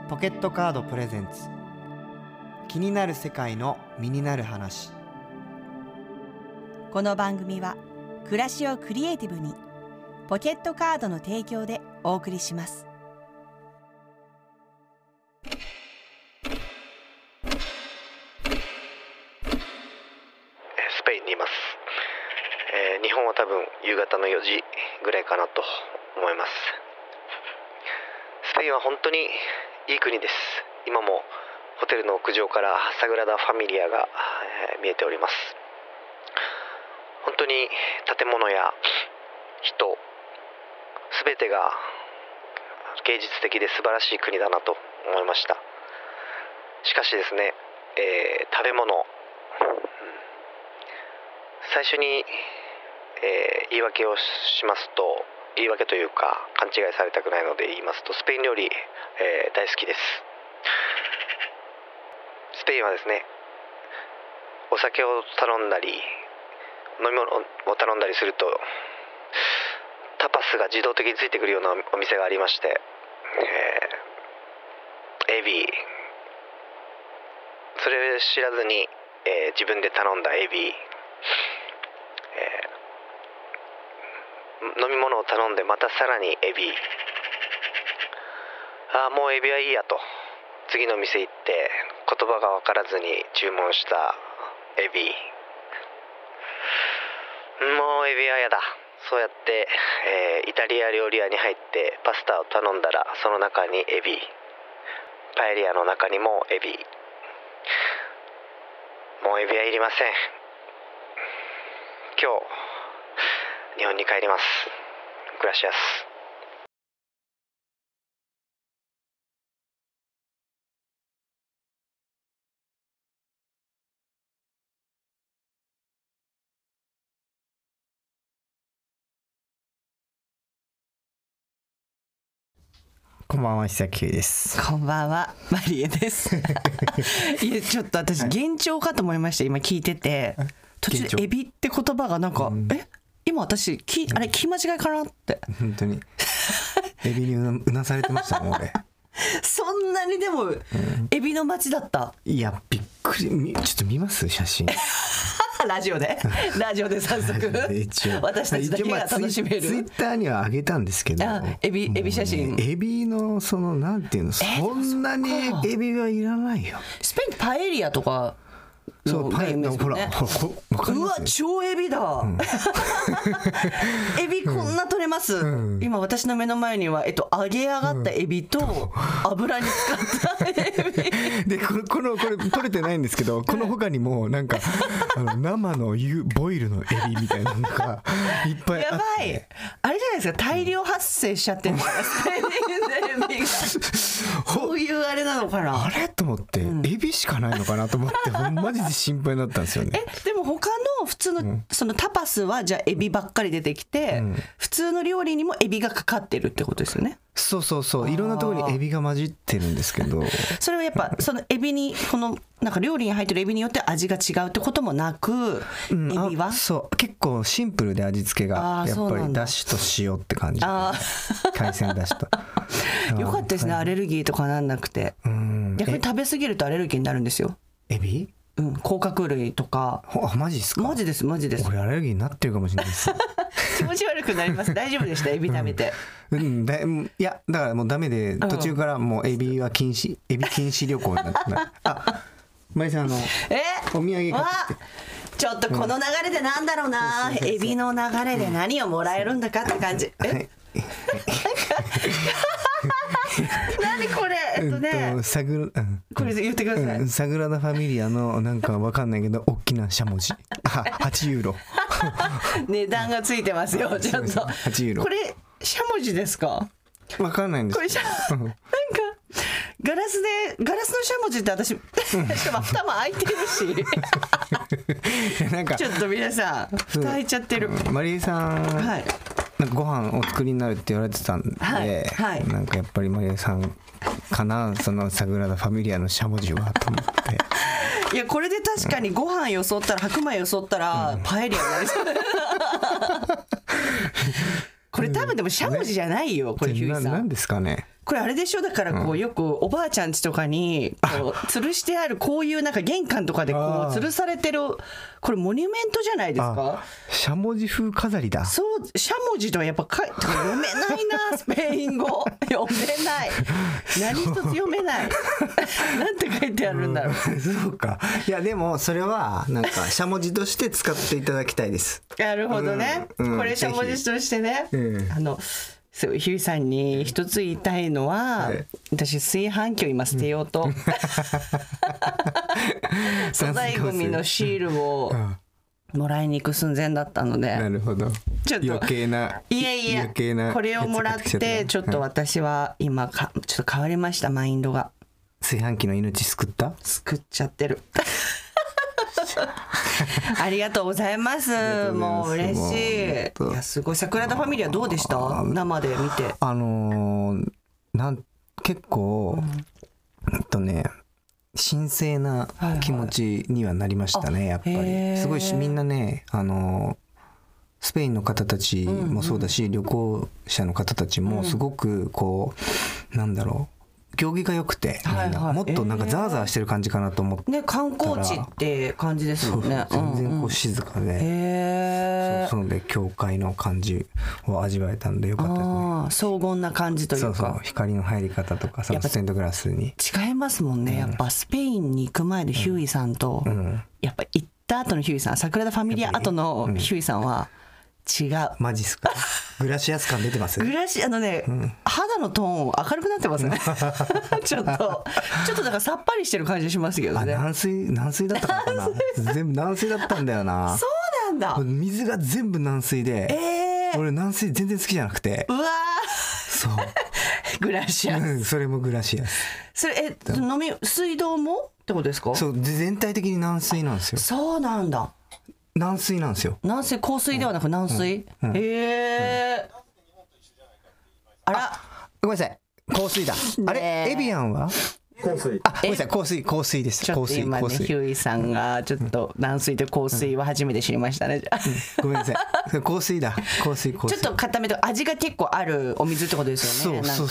ポケットカードプレゼンツ、気になる世界の身になる話。 この番組は暮らしをクリエイティブにポケットカードの提供でお送りします。 スペインにいます。日本は多分夕方の4時ぐらいかなと思います。スペインは本当にいい国です。今もホテルの屋上からサグラダ・ファミリアが見えております。本当に建物や人すべてが芸術的で素晴らしい国だなと思いました。しかしですね、食べ物、最初に、言い訳をしますと、言い訳というか勘違いされたくないので言いますと、スペイン料理、大好きです。スペインはですね、お酒を頼んだり飲み物を頼んだりするとタパスが自動的についてくるようなお店がありまして、エビ、それを知らずに、自分で頼んだエビ、飲み物を頼んでまたさらにエビ、もうエビはいいやと次の店行って言葉が分からずに注文したエビ、もうエビは嫌だ。そうやって、イタリア料理屋に入ってパスタを頼んだらその中にエビ、パエリアの中にもエビ、もうエビはいりません。今日日本に帰ります。グラシアス。 こんばんは、久木です。 こんばんは、マリエです。いや、ちょっと私幻聴かと思いました。今聞いてて途中でエビって言葉がなんか、今私あれ聞き間違いかなって本当にエビにうなされてましたもん俺。 そんなにでも、エビの街だった。 いや、びっくり。ちょっと見ます写真。 ラジオで早速私たちだけが楽しめる。 ツイッターには上げたんですけど、 エビ写真、 エビのそのなんていうの、そんなにエビはいらないよ。 スペインパエリアとかそうパエリア、ほらうわ超エビだ、エビこんな取れます、今私の目の前には揚げ上がったエビと油に使ったエビでこれ取れてないんですけど、この他にもなんか生のボイルのエビみたいなのがいっぱいあって、 やばい、あれじゃないですか、大量発生しちゃってるんですか、スペインでエビがそういうあれなのかな、 あれと思って、エビしかないのかなと思ってマジで心配になったんですよね。 でも他の普通の、そのタパスはじゃあエビばっかり出てきて、普通の料理にもエビがかかってるってことですよね。 そういろんなところにエビが混じってるんですけど、 それはやっぱそのエビにこのなんか料理に入ってるエビによって味が違うってこともなく、エビはそう結構シンプルで味付けがやっぱりだしと塩って感じ、海鮮だしとよかったですね、アレルギーとかなんなくて。逆に食べ過ぎるとアレルギーになるんですよ、 エビ。 甲殻類とか。 マジですか。 マジです。 俺アレルギーになってるかもしれないです気持ち悪くなります。大丈夫でした？エビ食べて。 いやだからもうダメで、途中からもうエビは禁止、エビ禁止旅行になってマリさんお土産買ってちょっとこの流れでなんだろうな、エビの流れで何をもらえるんだかって感じ。何これ、これ言ってください。 サグラダ・ファミリアのなんかわかんないけど大きなしゃもじ、8ユーロ値段がついてますよ、ちょっと。 8ユーロ。 これしゃもじですか？ わかんないんですこれなんかガラスのしゃもじって私しかも頭開いてるしなんかちょっと皆さん蓋開いちゃってる。 マリエさん、なんかご飯お作りになるって言われてたんで、なんかやっぱりマリエさんかな、そのサグラダ・ファミリアのしゃもじはと思っていやこれで確かにご飯よそったら、白米よそったらパエリアになりそうこれ多分でもしゃもじじゃないよ、これヒューイさん。 なんですかね。 これあれでしょ、だからこうよくおばあちゃん家とかにこう吊るしてあるこういうなんか玄関とかでこう吊るされてる、これモニュメントじゃないですか。 しゃもじ風飾りだ。 そう、しゃもじとはやっぱ読めないなスペイン語読めない、何一つ読めないなんて書いてあるんだろう。 そうか。いやでもそれはなんかしゃもじとして使っていただきたいです。 なるほどね、これしゃもじとしてね、そうひゅうさんに一つ言いたいのは、はい、私炊飯器を今捨てようと、粗大ごみのシールをもらいに行く寸前だったので、 なるほど、ちょっと余計な、 いやこれをもらってちょっと私は今ちょっと変わりました、マインドが。 炊飯器の命救っちゃってるありがとうございます。もう嬉しい。いやすごい。桜田ファミリアどうでした？生で見て。 結構神聖な気持ちにはなりましたね、やっぱり。すごいみんなね、スペインの方たちもそうだし、旅行者の方たちもすごくこう、なんだろう、行儀が良くて、もっとなんかザーザーしてる感じかなと思って、 観光地って感じですよね。 全然こう静かで、そうで教会の感じを味わえたんでよかったですね。 荘厳な感じというか、 そう光の入り方とか、そのステンドグラスに違いますもんね。やっぱスペインに行く前のヒューイさんと、やっぱ行った後のヒューイさん、桜田ファミリア後のヒューイさんは違う。 マジっすか？グラシアス感出てます？ 肌のトーン明るくなってますねちょっとだからさっぱりしてる感じしますけどね。 軟水だったかな全部軟水だったんだよな。 そうなんだ。 水が全部軟水で、俺軟水全然好きじゃなくて。 うわそうグラシアス、 それもグラシアス。 それ水道もってことですか？ そう、全体的に軟水なんですよ。 そうなんだ。 軟水なんですよ。 軟水、硬水ではなく軟水。あら、 ごめんなさい、硬水だ。あれ、エビアンは硬水。ごめんなさい、硬水です。 ちょっと今ね、ヒューイさんがちょっと軟水と硬水は初めて知りましたね。 ごめんなさい、硬水だ。硬水。ちょっと固めと味が結構あるお水ってことですよね。 そう。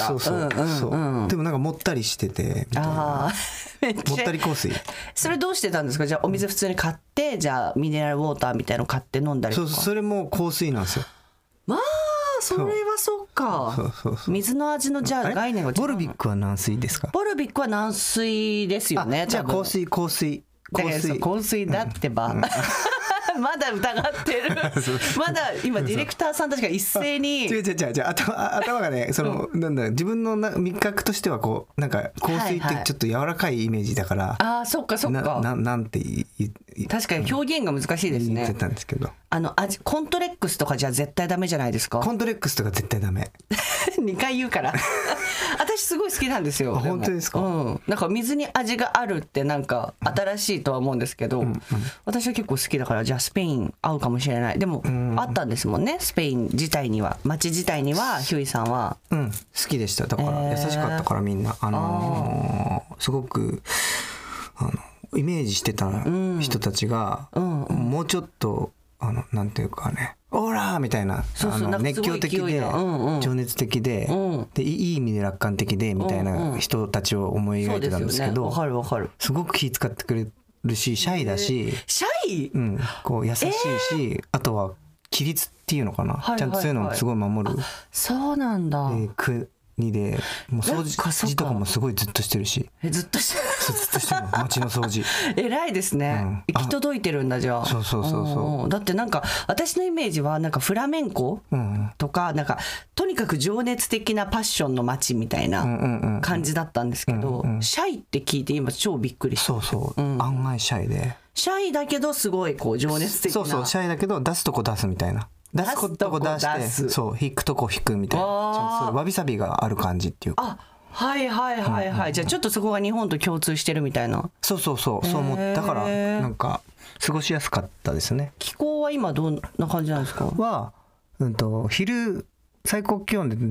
でもなんかもったりしてて、もったり硬水。それどうしてたんですか？じゃあお水普通に買って、じゃあミネラルウォーターみたいの買って飲んだりとか。 それも硬水なんですよ。 まあそれはそっか。水の味のじゃあ概念が違う。 ボルビックは軟水ですか？ ボルビックは軟水ですよね。 じゃあ硬水硬水だってばまだ疑ってるまだ今ディレクターさんたちが一斉に違う頭がね、なんだ、自分の味覚としてはこうなんか香水ってちょっと柔らかいイメージだから、 そっかなんて確かに表現が難しいですね。 言ってたんですけど、 コントレックスとかじゃ絶対ダメじゃないですか？ コントレックスとか絶対ダメ 2回言うから私すごい好きなんですよ。 本当ですか？ なんか水に味があるってなんか新しいとは思うんですけど、私は結構好きだから、じゃあスペイン合うかもしれない。でもあったんですもんね、スペイン自体には、街自体にはヒューイさんは。 好きでした。だから優しかったから、みんなすごくイメージしてた人たちがもうちょっとなんていうかね、オーラーみたいな、熱狂的で情熱的で、いい意味で楽観的でみたいな人たちを思い描いてたんですけど、すごく気遣ってくれるし、シャイだし、こう優しいし、あとは規律っていうのかな、ちゃんとそういうのもすごい守る。 そうなんだ。 国でもう掃除とかもすごいずっとしてるし。 ずっとしてるの、街の掃除。 偉いですね。行き届いてるんだ。じゃあそう。だってなんか私のイメージはなんかフラメンコとか、なんかとにかく情熱的なパッションの街みたいな感じだったんですけど、シャイって聞いて今超びっくりした。案外シャイで、シャイだけどすごいこう情熱的な。シャイだけど出すとこ出すみたいな。出すとこ出して、引くとこ引くみたいな、わびさびがある感じっていうか。はいじゃあちょっとそこが日本と共通してるみたいな。そう思ったから、なんか過ごしやすかったですね。気候は今どんな感じなんですか？昼最高気温で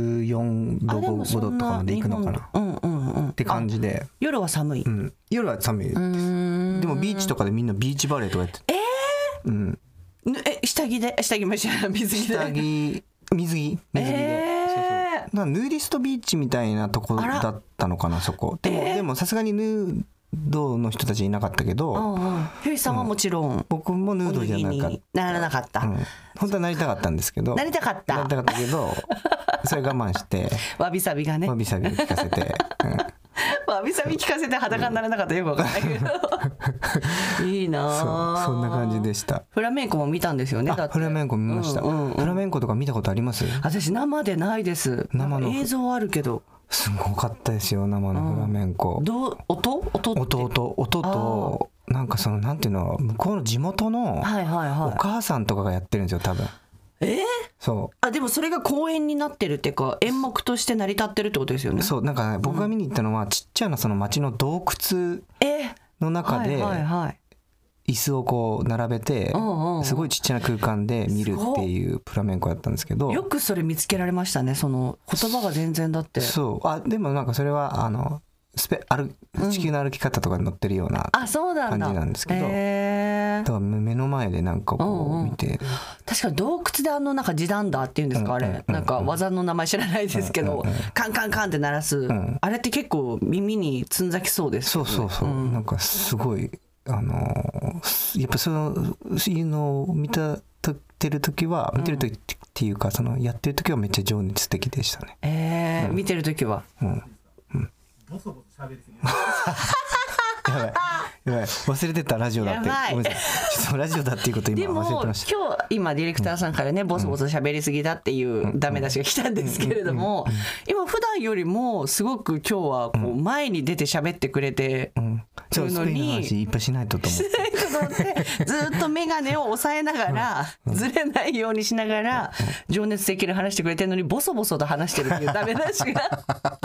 14度5度とかまでいくのかなって感じで、夜は寒い。夜は寒い。でもビーチとかでみんなビーチバレーとかやってて、下着もしない、水着で。水着で。 ヌーディストビーチみたいなとこだったのかな、そこ。でもさすがにヌードの人たちいなかったけど、 ひゅういさんはもちろん、 僕もヌードじゃならなかった。 本当はなりたかったんですけど、 なりたかったけど、それ我慢してわびさびがね、 わびさび聞かせて、 わびさび聞かせて裸になれなかった。よくわかんないけどいいな。 そんな感じでした。 フラメンコも見たんですよね。だってフラメンコ見ました。フラメンコとか見たことあります？ 私生でないです。生の映像はあるけどすごかったですよ、生のフラメンコ。 音となんかそのなんていうの、向こうの地元のお母さんとかがやってるんですよ、多分。そうでもそれが公演になってるっていうか、演目として成り立ってるってことですよね。 そう、なんかね、僕が見に行ったのはちっちゃなその町の洞窟の中で椅子をこう並べて、すごいちっちゃな空間で見るっていうフラメンコだったんですけど、 よくそれ見つけられましたね。その言葉が全然だって。 そうでもなんかそれは地球の歩き方とかに載ってるような感じなんですけど、だから目の前でなんかこう見て、 確かに洞窟でなんか地団ダっていうんですか、あれなんか技の名前知らないですけど、カンカンカンって鳴らす、あれって結構耳につんざきそうですよね。 そうなんかすごいやっぱそういうのを見てる時っていうか、そのやってる時はめっちゃ情熱的でしたね。 見てる時はボソボソ喋りすぎるやばい忘れてた、ラジオだって。ごめんなさい、ちょっとラジオだっていうこと今忘れてました。 でも今ディレクターさんからね、ボソボソ喋りすぎだっていうダメ出しが来たんですけれども、今普段よりもすごく今日はこう前に出て喋ってくれてるのに、 いっぱいしないとと思ってずっと眼鏡を押さえながらずれないようにしながら情熱的に話してくれてるのに、ボソボソと話してるっていうダメ出しが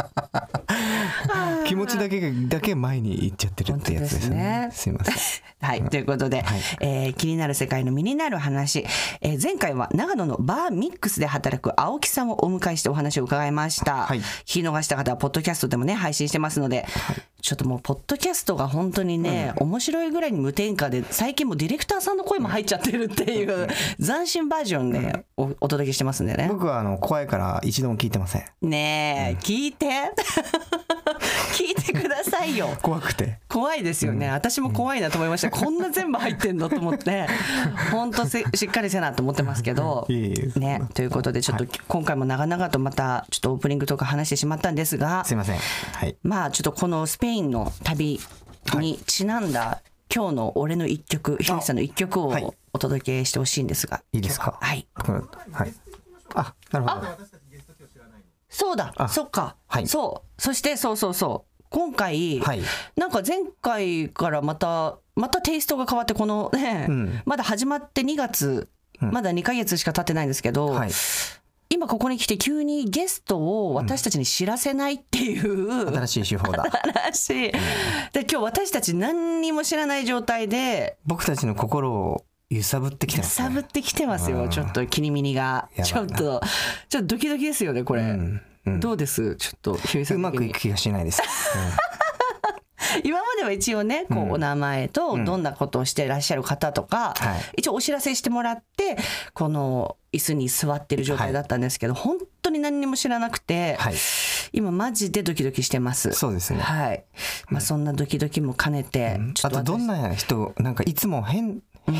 気持ちだけ前に行っちゃってるってやつですね。すいません。 はい、ということで、気になる世界の身になる話、前回は長野のバーミックスで働く青木さんをお迎えしてお話を伺いました。聞き逃した方はポッドキャストでもね配信してますので、ちょっともうポッドキャストが本当にね、面白いぐらいに無添加で、最近もディレクターさんの声も入っちゃってるっていう斬新バージョンでお届けしてますんでね。 僕は怖いから一度も聞いてません。 ねえ、聞いて聞いてくださいよ。 怖くて怖いですよね。私も怖いなと思いました。こんな全部入ってんのと思って、本当しっかりせなと思ってますけどね。ということでちょっと今回も長々とまたちょっとオープニングとか話してしまったんですが、 すいません。 まあちょっとこのスペインの旅にちなんだ今日の俺の一曲、ひゅういさんの一曲をお届けしてほしいんですが、 いいですか？ はい。 なるほど。 そうだ、そっか、そして今回、なんか前回からまたテイストが変わって、このね、まだ始まって2月、まだ2ヶ月しか経ってないんですけど、今ここに来て急にゲストを私たちに知らせないっていう、 新しい手法だ。 で今日私たち何にも知らない状態で、 僕たちの心を揺さぶってきてますね。 揺さぶってきてますよ。ちょっと気にミニがちょっとドキドキですよねこれ。どうです？ちょっとひゅういさん、 うまくいく気がしないです。 今までは一応ね、こうお名前とどんなことをしてらっしゃる方とか、一応お知らせしてもらってこの椅子に座ってる状態だったんですけど、本当に何にも知らなくて、今マジでドキドキしてます。 そうですね。 まあそんなドキドキも兼ねて、 あとどんな人、なんかいつも変な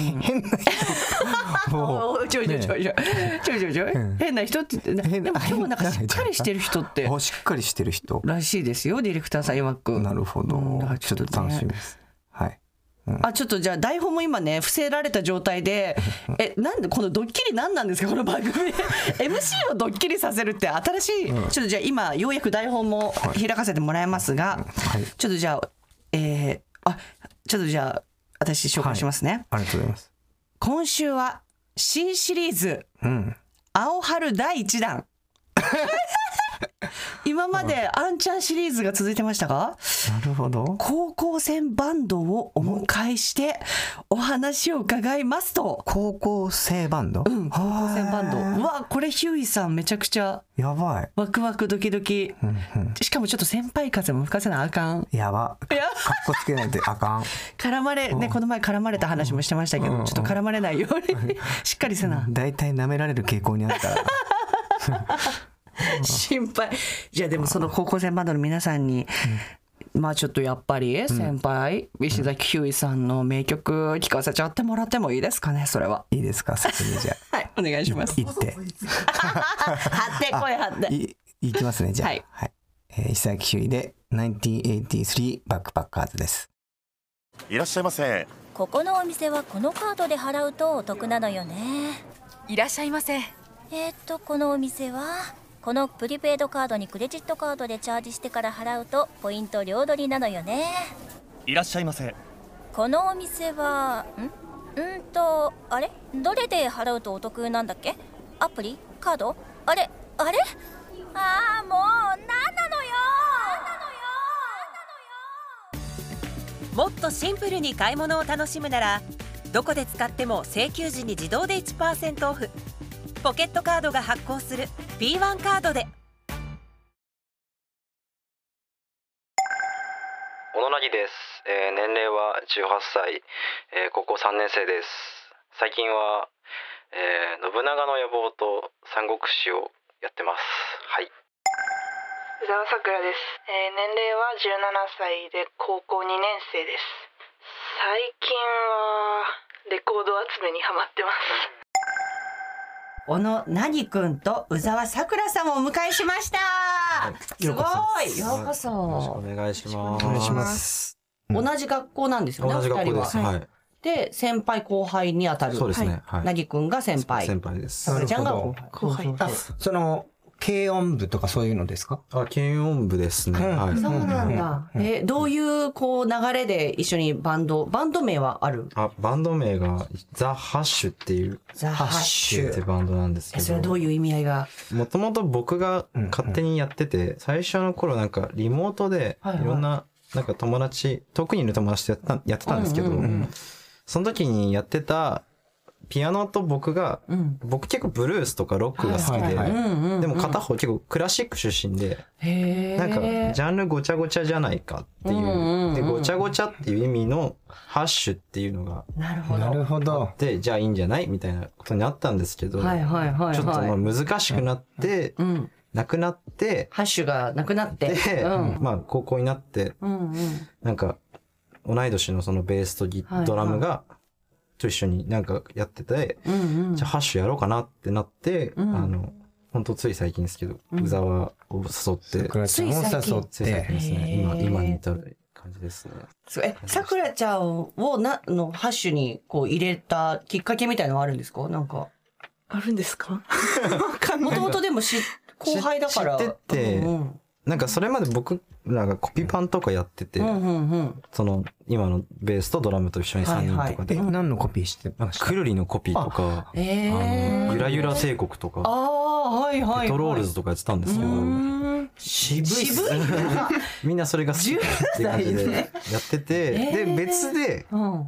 人ちょい変な人って言って、でも今日なんかしっかりしてる人ってしっかりしてる人らしいですよ、ディレクターさん曰く。 なるほど、ちょっと楽しみです。 ちょっとじゃあ台本も今ね伏せられた状態でなんでこのドッキリ何なんですかこの番組MC をドッキリさせるって新しい、ちょっとじゃあ今ようやく台本も開かせてもらいますが、ちょっとじゃあちょっとじゃあ私紹介しますね。 ありがとうございます。 今週は新シリーズ、青春第1弾今まであんちゃんシリーズが続いてましたが、 なるほど、 高校生バンドをお迎えしてお話を伺いますと。 高校生バンド、 高校生バンド、うわこれひゅういさんめちゃくちゃやばい、 ワクワクドキドキ、しかもちょっと先輩風も吹かせなあかん、 やば、かっこつけないとあかん絡まれね、この前絡まれた話もしてましたけど、ちょっと絡まれないようにしっかりせな。 だいたい舐められる傾向にあるから心配。じゃあでもその高校生バンドの皆さんに、まあちょっとやっぱり先輩、石崎ひゅーいさんの名曲聞かせちゃってもらってもいいですかね、それは。 いいですか、先にじゃあ。 はい、お願いします。 言って。 張って、声張って。 いきますね、じゃあ。 はい。 石崎ひゅーいで1983バックパッカーズです。 いらっしゃいませ。 ここのお店はこのカードで払うとお得なのよね。 いらっしゃいませ。 このお店はこのプリペイドカードにクレジットカードでチャージしてから払うとポイント両取りなのよね。 いらっしゃいませ。 このお店はあれどれで払うとお得なんだっけ？アプリ？カード？あれ？もうなんなのよ。 もっとシンプルに買い物を楽しむなら、どこで使っても請求時に自動で 1% オフ。ポケットカードが発行する B1 カードで。 小野凪です。年齢は18歳、高校3年生です。最近は、信長の野望と三国志をやってます。はい。 宇沢さくらです。年齢は17歳で高校2年生です。最近はレコード集めにハマってます。 小野凪くんと宇沢さくらさんをお迎えしました。すごい。ようこそ。 お願いします。 お願いします。 同じ学校なんですよね。 同じ学校です。はい。 で、先輩後輩にあたる。 そうですね。はい。 凪くんが先輩。 先輩です。 さくらちゃんが後輩。 その軽音部とかそういうのですか？ 軽音部ですね。はい。 そうなんだ。どういう流れで一緒にバンド名はある？ バンド名がザ・ハッシュっていうザ・ハッシュってバンドなんですけど。 それはどういう意味合いが？ もともと僕が勝手にやってて、最初の頃なんかリモートでいろんななんか友達、遠くにいる友達とやってたんですけど、その時にやってたピアノと僕結構ブルースとかロックが好きで、でも片方結構クラシック出身で、なんかジャンルごちゃごちゃじゃないかっていう、でごちゃごちゃっていう意味のハッシュっていうのがなるほどで、じゃあいいんじゃないみたいなことになったんですけど、ちょっと難しくなって、なくなって、 ハッシュがなくなって、 まあ高校になって、なんか同い年のそのベースとドラムがと一緒になんかやってて、じゃあハッシュやろうかなってなって、本当つい最近ですけど、宇沢を誘って、 つい最近ですね。今に至る感じですね。 さくらちゃんをのハッシュにこう入れたきっかけみたいなのはあるんですか？なんかあるんですか？ もともとでも後輩だから。 知ってて、なんかそれまで僕なんかコピパンとかやってて、その今のベースとドラムと一緒に3人とかで、 何のコピーしてました？ くるりのコピーとか、ゆらゆら帝国とか、ペトロールズとかやってたんですけど、 渋いみんなそれが好きって感じでやってて、で別で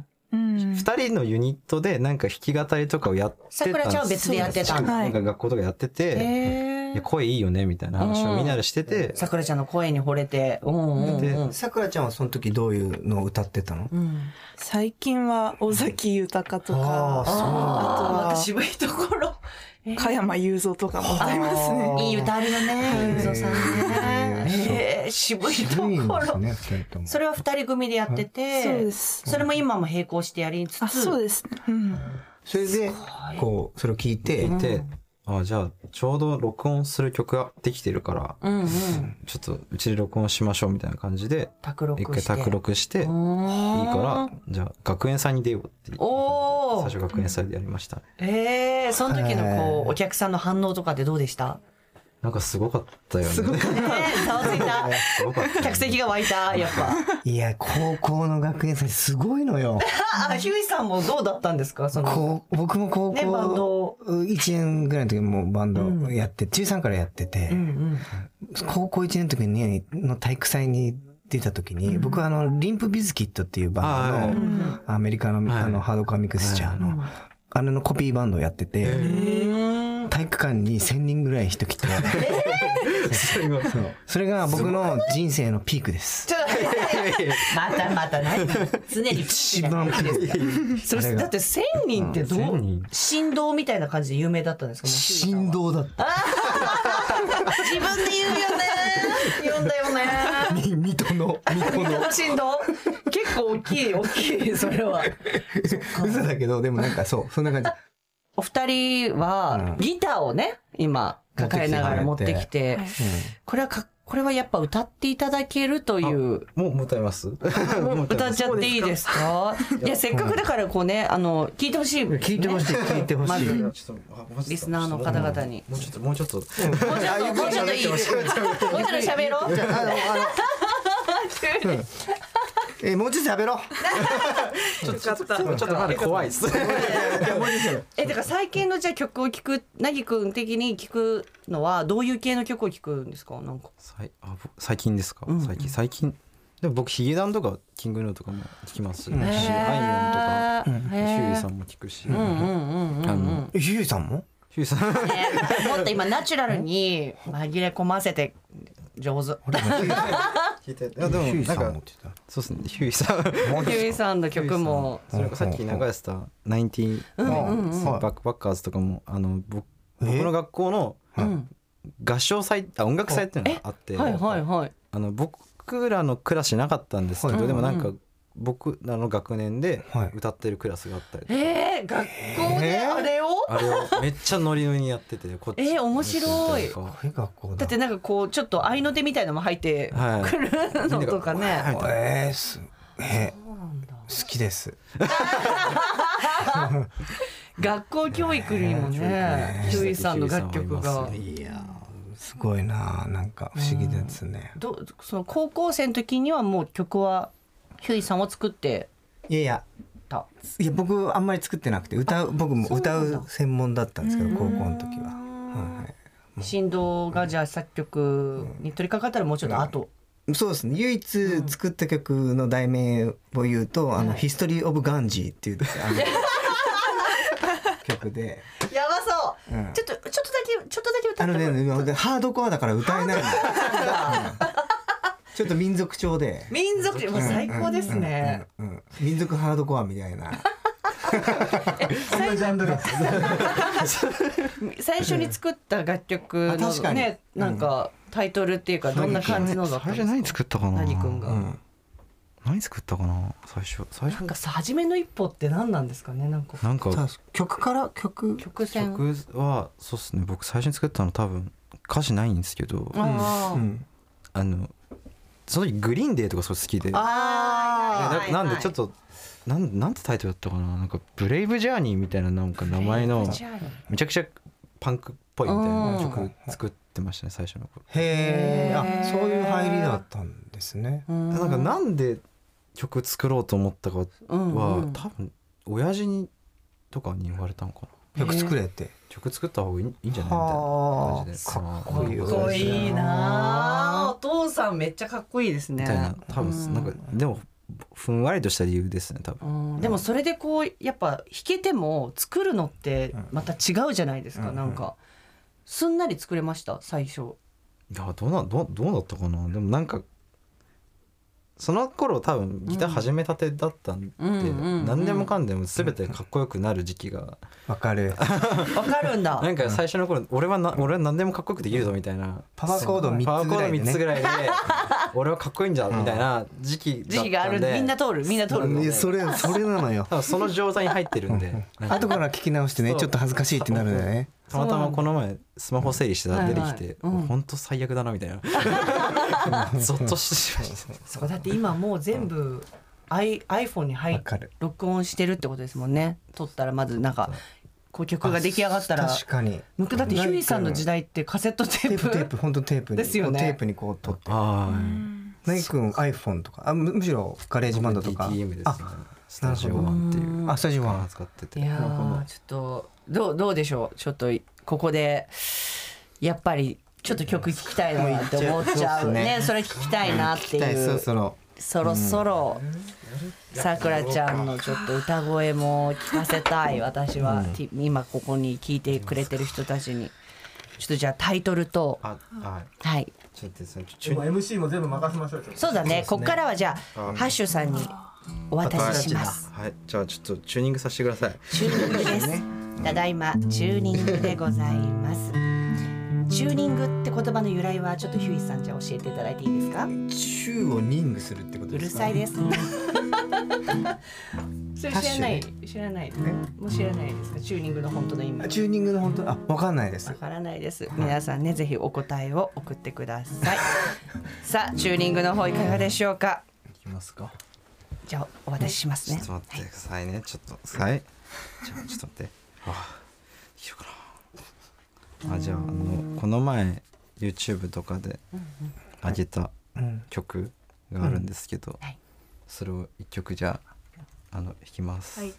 2人のユニットでなんか弾き語りとかをやってたんです。 さくらちゃんは別でやってたんだ。 なんか学校とかやってて、声いいよねみたいな話をみんなでしてて、 さくらちゃんの声に惚れて、 さくらちゃんはその時どういうのを歌ってたの？ 最近は尾崎豊とか、 あと渋いところ、 加山雄三とかも歌いますね。 いい歌あるよね、雄三さんね。渋いところ。それは2人組でやってて、 そうです。 それも今も並行してやりつつ、 そうですね。 それでこうそれを聞いて、 じゃあちょうど録音する曲ができてるから、ちょっとうちで録音しましょうみたいな感じで一回卓録していいから、じゃあ学園祭に出ようって最初学園祭でやりましたね。 その時のお客さんの反応とかってどうでした？ なんかすごかったよね。 ざわついた。客席が湧いた、やっぱ。 いや、高校の学園祭すごいのよ。 ひゅーいさんもどうだったんですか？ 僕も高校1年ぐらいの時もバンドやって、中3からやってて、高校1年の時にの体育祭に出た時に、僕はリンプビズキットっていうバンドの、アメリカのハードコアミクスチャーの、のコピーバンドをやってて、体育館に1000人ぐらい人来て、それが僕の人生のピークです。 また何？常に一番ピーク。 それだって1000人ってどう？振動みたいな感じで有名だったんですか？ 振動だった。 自分で言うよね。言うんだよね。 水戸の振動結構大きいそれは。 嘘だけどでもなんかそうそんな感じ。 お二人はギターをね今抱えながら持ってきて、これはやっぱ歌っていただけるという。 もう歌います？ 歌っちゃっていいですか？いやせっかくだからこうね聞いてほしい、 聞いてほしいまずリスナーの方々にもうちょっともうちょっといい。もうちょっと喋ろう。 もうちょっと喋ろう。 ちょっとまだ怖いっす。 だから最近のじゃあ曲を聴くなぎくん的に聴くのはどういう系の曲を聴くんですか？なんか最近ですか？最近でも僕ヒゲダンとかキングヌーとかも聴きますし、あいみょんとかヒューイさんも聴くし、ヒューイさんもヒューイさんもっと今ナチュラルに紛れ込ませて上手。 でもなんかそうですね、ヒューイさんヒューイさんの曲もそれさっき流した90バックパッカーズとかも僕の学校の合唱祭音楽祭っていうのがあって、僕らのクラスなかったんですけど、でもなんか僕らの学年で歌ってるクラスがあったり、 学校であれをめっちゃノリノリにやってて、こっち面白い。だってなんかこうちょっと合いの手みたいのも入ってくるのとかね。 好きです。 学校教育にもねヒューイさんの楽曲が。 いやすごいな、なんか不思議ですね。 その高校生の時にはもう曲はヒューイさんを作って。 いや僕あんまり作ってなくて僕も歌う専門だったんですけど高校の時は。 振動がじゃあ作曲に取り掛かったらもうちょっと後。 そうですね、唯一作った曲の題名を言うとヒストリー・オブ・ガンジーっていう曲で。 やばそう、ちょっとだけ歌ってハードコアだから歌えないの。ちょっと民族調で。 民族調もう最高ですね。 民族ハードコアみたいな。 最初に作った楽曲のね、なんかタイトルっていうかどんな感じのだったんですか？ 最初何作ったかな？ 何君が何作ったかな？最初なんかさ初めの一歩って何なんですかね？なんか曲線はそうですね。僕最初に作ったの多分歌詞ないんですけど、その時グリーンデーとかすごい好きで、なんでちょっとなんてタイトルだったかな、なんかブレイブジャーニーみたいななんか名前のめちゃくちゃパンクっぽいみたいな曲作ってましたね最初の頃。 へえ、そういう入りだったんですね。 なんで曲作ろうと思ったかは多分親父にとかに言われたのかな。 曲作れって曲作った方がいいんじゃないみたいな感じで。 かっこいいな。お父さんめっちゃかっこいいですね。 みたいな多分なんかでもふんわりとした理由ですね多分。 でもそれでこうやっぱ弾けても作るのってまた違うじゃないですか。なんかすんなり作れました最初？ いやどうだったかな。でもなんかその頃多分ギター始めたてだったんで、何でもかんでも全てかっこよくなる時期がわかるんだ。 なんか最初の頃俺は何でもかっこよくできるぞみたいな、 パワーコード3つぐらいで俺はかっこいいんじゃみたいな時期だったんで、 がある。みんな通るそれなのよ。 その状態に入ってるんで後から聞き直してねちょっと恥ずかしいってなるんだよね。 たまたまこの前スマホ整理してたら出てきて本当最悪だなみたいなゾッとしてしまいました。 そうだって今もう全部 iPhone に録音してるってことですもんね。撮ったらまずなんかこう曲が出来上がったら。 確かに。 だってヒューイさんの時代ってカセットテープ本当テープですよね。 テープにこう撮って。なぎくん iPhone とかむしろガレージバンドとか。 DTM ですね。スタジオワンっていうスタジオワン使ってて。 いやちょっとどうでしょう。ちょっとここでやっぱりちょっと曲聴きたいなって思っちゃうね。それ聴きたいなっていう。そろそろさくらちゃんのちょっと歌声も聞かせたい。私は今ここに聴いてくれてる人たちにちょっとじゃあタイトルとはい。 でも MC も全部任せましょう。 そうだね。こっからはじゃあハッシュさんにお渡しします。 はい。じゃあちょっとチューニングさせてください。 チューニングです。ただいまチューニングでございます。チチューニングって言葉の由来はちょっとヒューイさんじゃあ教えていただいていいですか？ チューをニングするってことうですか？ るさいです。それ知らない、知らないですね。もう知らないですか？チューニングの本当の意味。 チューニングの本当、わかんないです。 わからないです。皆さんね、ぜひお答えを送ってください。さあ、チューニングの方いかがでしょうか？ いきますか。 じゃあお渡ししますね。 ちょっと待ってくださいね。ちょっとはい。じゃあちょっと待って。いいのかな。じゃあこの前 YouTube とかで上げた曲があるんですけど、それを一曲じゃあ弾きます。はい。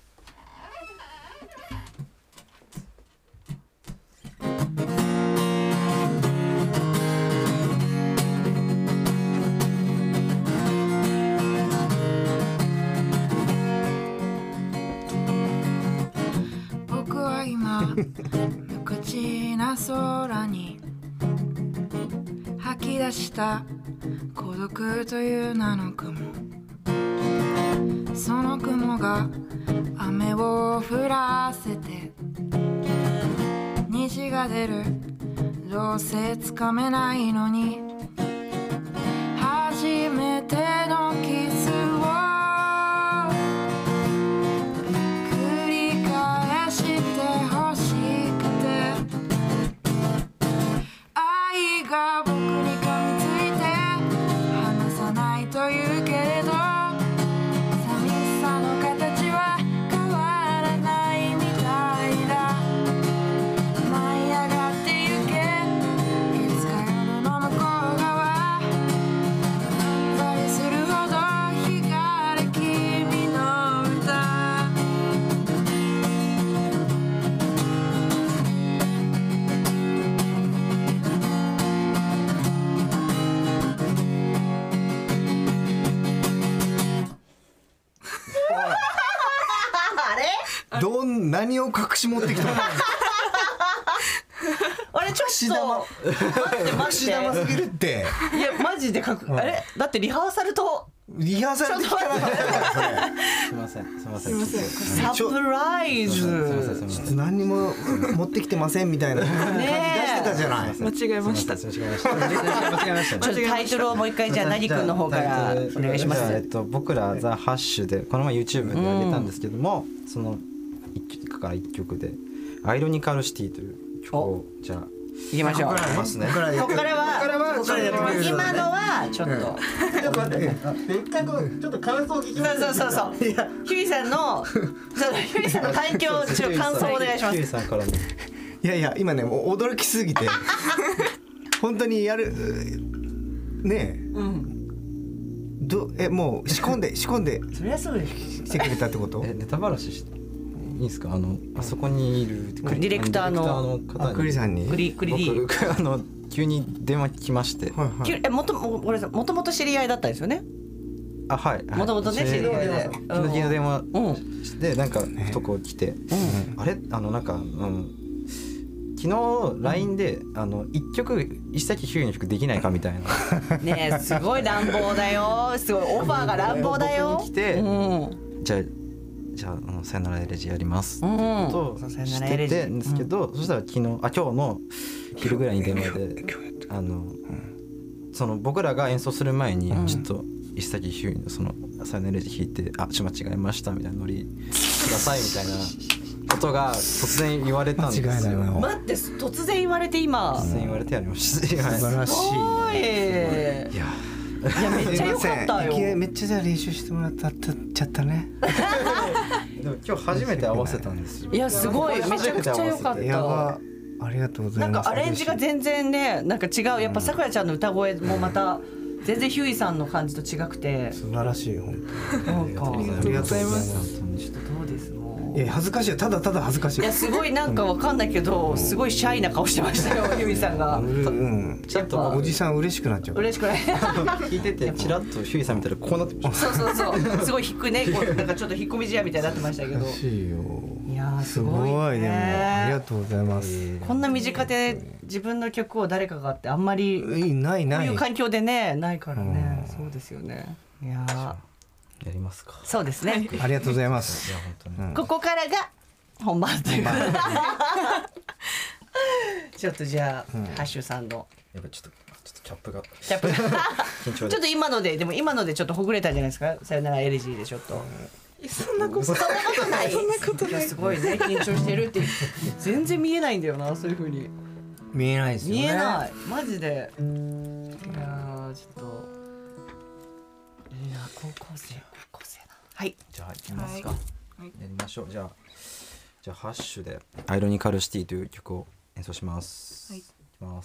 僕は今無口な空に吐き出した孤独という名の雲、その雲が雨を降らせて虹が出る、どうせつかめないのに初めてのキスを繰り返してほしくて、愛が僕に噛みついて離さないというけれど、寂しさの形は変わらないみたいだ。舞い上がってゆけ、いつか夜の向こう側、うんざりするほど光る君の歌。 何を隠し持ってきたの？ あれちょっと隠し玉すぎるって。 いやマジであれだってリハーサルとリハーサルで聞かなかったからすみませんすみません。 サプライズ。 ちょっと何にも持ってきてませんみたいな感じ出してたじゃない。 間違えました。 間違えました。間違えました。 ちょっとタイトルをもう一回じゃあなぎくんの方からお願いします。 僕らザ・ハッシュでこの前 YouTube で上げたんですけども、その1曲から1曲でアイロニカルシティという曲をじゃあ行きましょう。 ここからは今のはちょっとちょっと待って、せっかくちょっと感想を聞きます。 そうヒュイさんのヒュイさんの環境感想をお願いします。 ヒュイさんからね。 いや今ねもう驚きすぎて本当にやるねえ、もう仕込んでそりゃそうですしてくれたってこと？ ネタバラシしていいですか？あそこにいるディレクターの方にクリさんにクリ僕急に電話来まして、 もともと知り合いだったんですよね。 はい。 もともとね知り合いで昨日電話してなんかとこ来て、あれなんか昨日 LINE で一曲石崎ひゅういの曲できないかみたいなねえすごい乱暴だよ。すごいオファーが乱暴だよ。 僕に来て、じゃあさよならエレジやりますとしててんですけど、そしたら今日の昼ぐらいに電話でその僕らが演奏する前にちょっと石崎ひゅういのそのさよならエレジ弾いて間違えましたみたいなノリくださいみたいなことが突然言われたんですよ。 待って突然言われて今突然言われてやりました。 素晴らしい。 いやめっちゃ良かったよ。 めっちゃじゃあ練習してもらったちゃったね。 でも今日初めて合わせたんですよ。 いやすごいめちゃくちゃ良かった。 やば、ありがとうございます。 なんかアレンジが全然ねなんか違う。やっぱさくらちゃんの歌声もまた全然ヒューイさんの感じと違くて素晴らしい。本当にありがとうございます。 ちょっとどうですもう。いや恥ずかしい。ただ恥ずかしい。 いやすごいなんかわかんないけどすごいシャイな顔してましたよヒューイさんが。 ちょっとおじさん嬉しくなっちゃう。 嬉しくない。 聞いててチラッとヒューイさん見たらこうなってました。 そうすごい低くねなんかちょっと引っ込み思案みたいになってましたけど。いやすごいね。 ありがとうございます。 こんな身近で自分の曲を誰かがってあんまりないこういう環境でねないからね。そうですよね。いややりますか。 そうですね。 ありがとうございます。 ここからが本番という。 ちょっとじゃあ、ハッシュさんのやっぱちょっとキャップがキャップ緊張でちょっと今のでちょっとほぐれたんじゃないですか。さよならエレジーでちょっと。 そんなことない。そんなことない。 すごいね、緊張してるって全然見えないんだよな、そういう風に。 見えないですよね。 見えないマジで。いやーちょっといいな、高校生だ。はい、 じゃあ行きますか、やりましょう。じゃあハッシュでアイロニカルシティという曲を演奏します。いきます。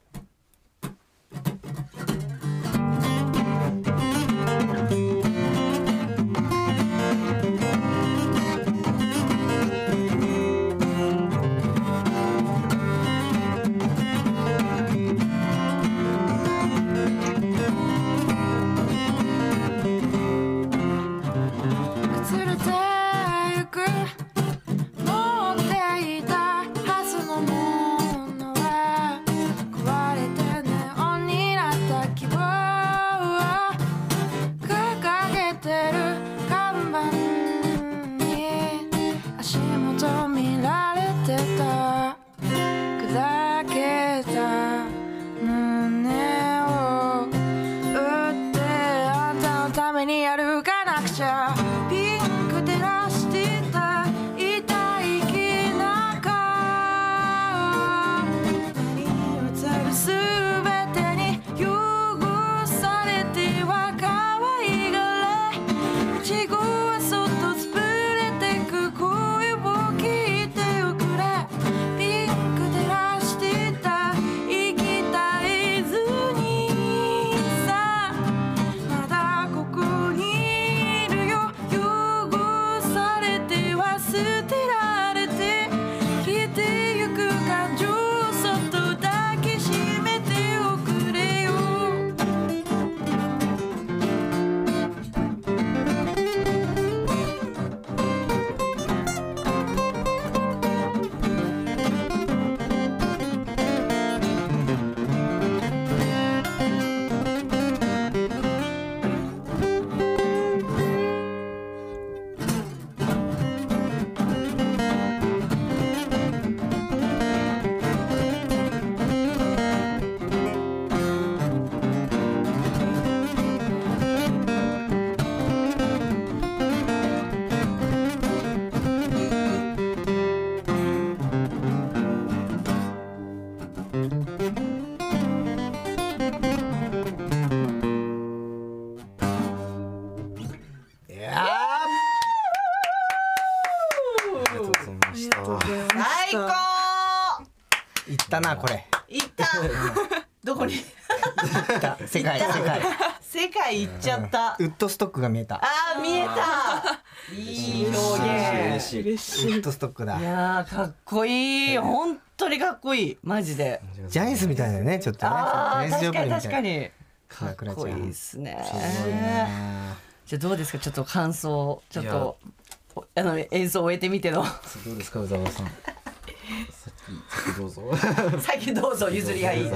最高。 いったなこれ。 いった。どこに？ 世界行っちゃった。 ウッドストックが見えた。 あー見えた。いい表現。 嬉しい。ウッドストックだ。 いやーかっこいい。本当にかっこいい。マジで。 ジャニスみたいだよねちょっとね。 ああ確かに確かに。かっこいいですね。じゃあどうですかちょっと感想ちょっと演奏を終えてみての。 どうですか宇沢さん。先どうぞ。 先どうぞ譲り合い。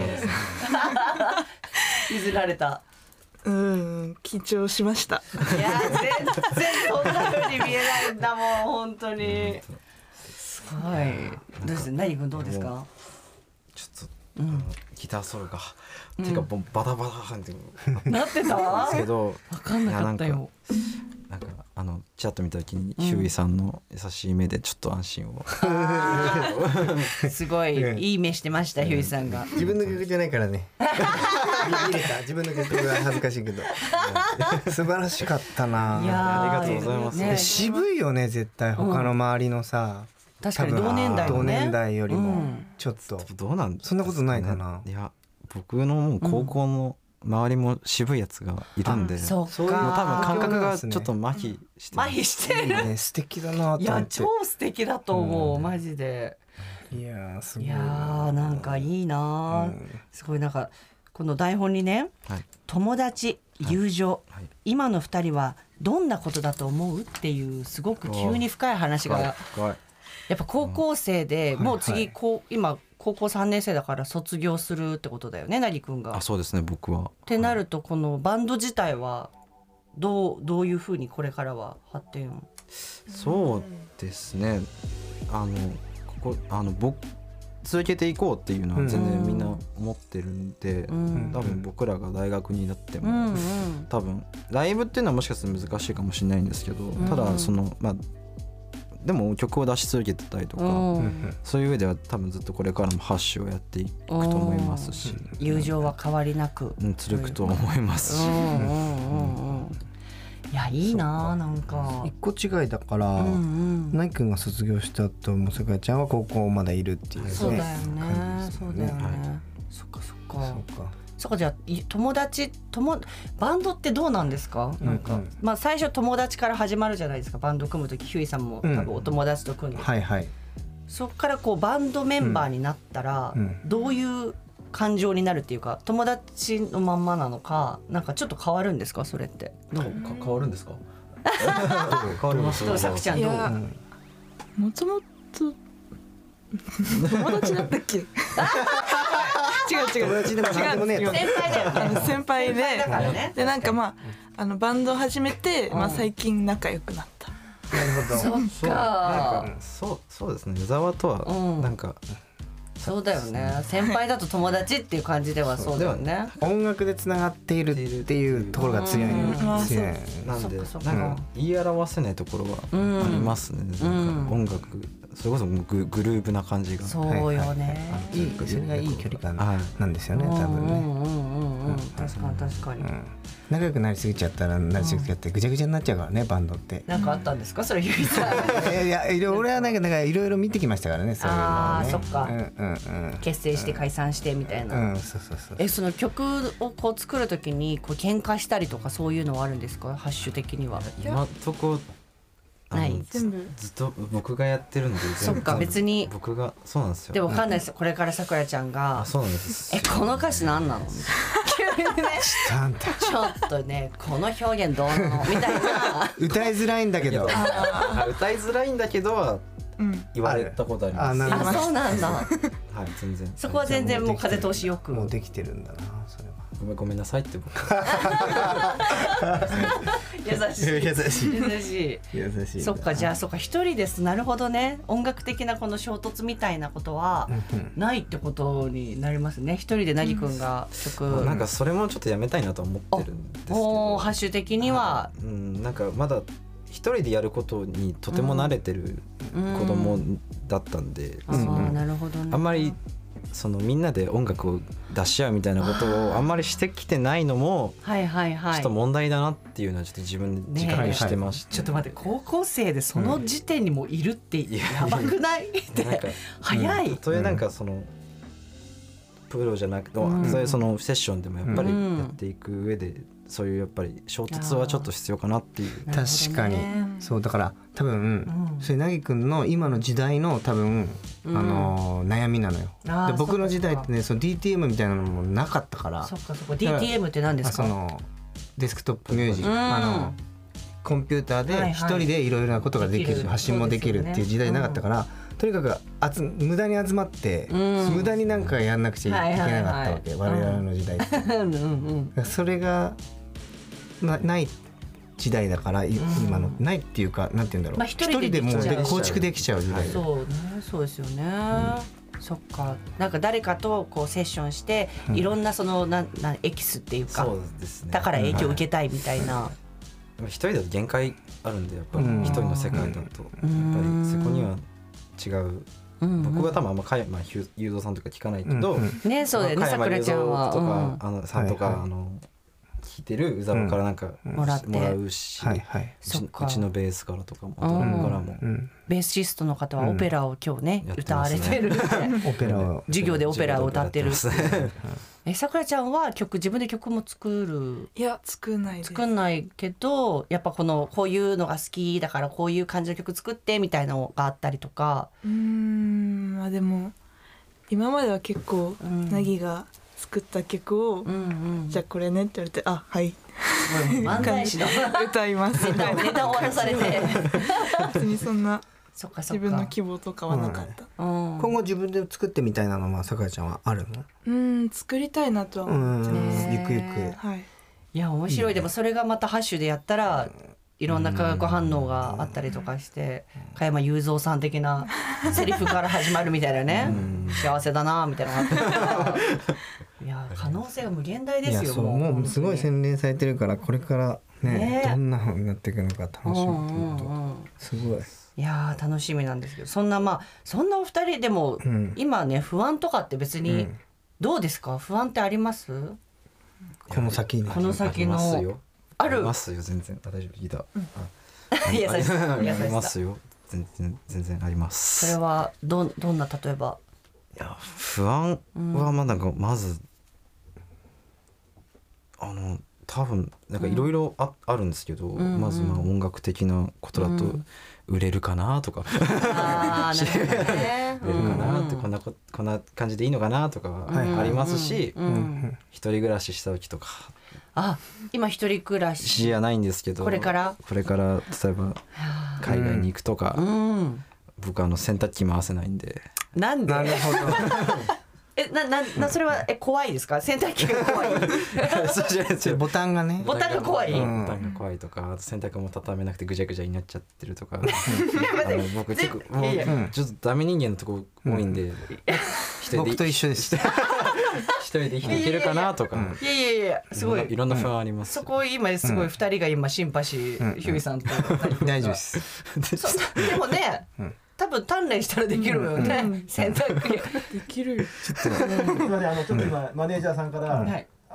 譲られた。 緊張しました。 いや全然そんな風に見えないんだもん本当に。すごい。どうです何君どうですか。 ちょっとギターソロが手がバタバタってなってた。 ですけど分かんなかったよ。 なんかチャット見た時にヒューイさんの優しい目でちょっと安心を。 すごいいい目してましたヒューイさんが。 自分の曲じゃないからね。見れた自分の曲が恥ずかしいけど。素晴らしかったな。 いやありがとうございます。 渋いよね絶対他の周りのさ。 確かに同年代よりもちょっとどうなんそんなことないかな。 いや僕のもう高校の周りも渋いやつがいるんで、 そうか。多分感覚がちょっと麻痺して麻痺してる。 ね素敵だなと思って。 いや超素敵だと思うマジで。 いやすごい。 いやなんかいいな。すごいなんかこの台本にね、友達友情今の2人はどんなことだと思うっていうすごく急に深い話が。やっぱ高校生でもう次今高校3年生だから卒業するってことだよねなぎくんが。 そうですね僕は。 ってなるとこのバンド自体はどういうふうにこれからは発展そうですね僕続けていこうっていうのは全然みんな思ってるんで、多分僕らが大学になっても、多分ライブっていうのはもしかしたら難しいかもしれないんですけど、ただそのでも曲を出し続けてたりとか、そういう上では多分ずっとこれからもハッシュをやっていくと思いますし、 友情は変わりなく続くと思いますし、 いやいいな、なんか一個違いだから、ナイ君が卒業した後もさくらちゃんは高校まだいるっていうね。 そうだよね、そうだよね。そっかそっか。そっか、じゃあ友達バンドってどうなんですか？なんかまあ最初友達から始まるじゃないですか。バンド組む時ヒューイさんも多分お友達と組んで、そっからこうバンドメンバーになったらどういう感情になるっていうか、友達のまんまなのか、なんかちょっと変わるんですか？それって変わるんですか？変わりますよ。さくちゃんどう？ もともと友達だったっけ？違う友達でも何でもねえと。 先輩でなんかまあバンド始めて最近仲良くなった。 なるほど。 そっか。 そうですね。湯沢とはなんか。 そうだよね。先輩だと友達っていう感じではそうだよね。 音楽でつながっているっていうところが強い。 なんでなんか言い表せないところはありますね。音楽それこそグルーヴな感じが。 そうよね。 それがいい距離感なんですよね、多分ね。 確かに確かに。 仲良くなりすぎちゃったらなりすぎちゃってぐちゃぐちゃになっちゃうからね、バンドって。 なんかあったんですか、それゆいさん？ いや俺はなんかいろいろ見てきましたからね、そういうのをね。 ああ、そっか。結成して解散してみたいな。その曲をこう作るときにこう喧嘩したりとかそういうのはあるんですか？ハッシュ的には。 今とこないずっと僕がやってるんで。 そっか、別に僕がそうなんですよ。 でも分かんないです。これからさくらちゃんがそうなんです。 この歌詞何なの？急にね、ちょっとね、この表現どうなのみたいな。 歌いづらいんだけど。 歌いづらいんだけどは言われたことあります。 あ、そうなんだ。 はい、全然。 そこは全然もう風通しよく。 もうできてるんだな、それは。 ごめんなさいって僕。 優しい。そっか、じゃあそっか、一人です。なるほどね。音楽的なこの衝突みたいなことはないってことになりますね。一人でなぎくんが曲。 なんかそれもちょっとやめたいなと思ってるんですけど。 ハッシュ的には。 なんかまだ一人でやることにとても慣れてる子供だったんで。 なるほどね。 あんまり。そのみんなで音楽を出し合うみたいなことをあんまりしてきてないのもちょっと問題だなっていうのはちょっと自分で自覚してました。 ちょっと待って、高校生でその時点にもいるってやばくない？って早い。 そういうなんかそのプロじゃなくて、そういうそのセッションでもやっぱりやっていく上でそういうやっぱり衝突はちょっと必要かなっていう。 確かにそうだから多分それなぎくんの今の時代の多分悩みなのよ。で僕の時代ってね、その DTM みたいなのもなかったから。 そっかそっか。 DTM って何ですか？ そのデスクトップミュージック、コンピューターで一人でいろいろなことができる、発信もできるっていう時代なかったから、とにかく無駄に集まって、無駄になんかやんなくちゃいけなかったわけ、我々の時代って。それがない時代だから、今のないっていうか、なんて言うんだろう、一人でもう構築できちゃう時代。 そうですよね。そっか、なんか誰かとこうセッションして、いろんなそのエキスっていうか、だから影響を受けたいみたいな。 一人だと限界あるんで、やっぱり一人の世界だとやっぱりそこには違う。僕は多分あんま加山雄三さんとか聞かないけど、 ね、そうだよね、さくらちゃんはとかさんとか弾いてる宇沢からなんかもらうし、うちのベースからとかもベーシストの方はオペラを今日ね歌われてる。 オペラを授業でオペラを歌ってる。さくらちゃんは自分で曲も作る？ いや、作んないけど、やっぱこういうのが好きだからこういう感じの曲作ってみたいなのがあったりとか。 まあでも今までは結構なぎが作った曲を、じゃあこれねって言われて、あ、はい漫才師の歌いますみたいな。 ネタ終わらされて別にそんな自分の希望とかはなかった。 今後自分で作ってみたいなのはさくらちゃんはあるの？作りたいなとは思ってます。 ゆくゆく。 いや面白い。でもそれがまたハッシュでやったらいろんな化学反応があったりとかして加山雄三さん的なセリフから始まるみたいなね幸せだなみたいなのがあっていや可能性が無限大ですよ。 もうすごい洗練されてるからこれからねどんな風になっていくのか楽しみ。すごい。 いや楽しみなんですけど、そんなお二人でも、今ね不安とかって別にどうですか？不安ってあります？ この先のありますよ全然。大丈夫聞いた。 優しさありますよ全然あります。 それはどんな例えば？ いや不安はまず多分なんかいろいろあるんですけど、まず音楽的なことだと売れるかなとか、売れるかなってこんな感じでいいのかなとかありますし、一人暮らしした時とか。 今一人暮らしじゃないんですけど、これから例えば海外に行くとか、僕洗濯機回せないんで。 なんで？ なるほど。 それは怖いですか？洗濯機が怖い？ ボタンがね。 ボタンが怖い。 ボタンが怖いとか、洗濯も畳めなくてぐちゃぐちゃになっちゃってるとか。僕ちょっとダメ人間のとこ多いんで。 僕と一緒です。 一人で生きていけるかなとか。 いやすごい。 いろんな不安あります。 そこ今すごい二人が今シンパシーヒューイさんと大丈夫です。 でもね。多分鍛錬したらできるよね。洗濯機できるよ。 ちょっと今マネージャーさんから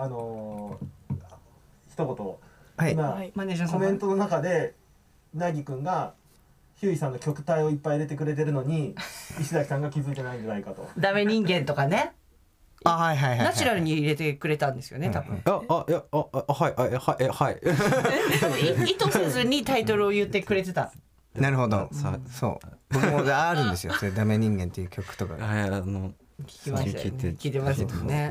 一言今コメントの中でなぎくんがヒューイさんの曲体をいっぱい入れてくれてるのに石崎さんが気づいてないんじゃないかと。 ダメ人間とかね。ナチュラルに入れてくれたんですよね多分。意図せずにタイトルを言ってくれてた。 なるほど。そう僕もあるんですよ。それダメ人間っていう曲とか聞いてましたね。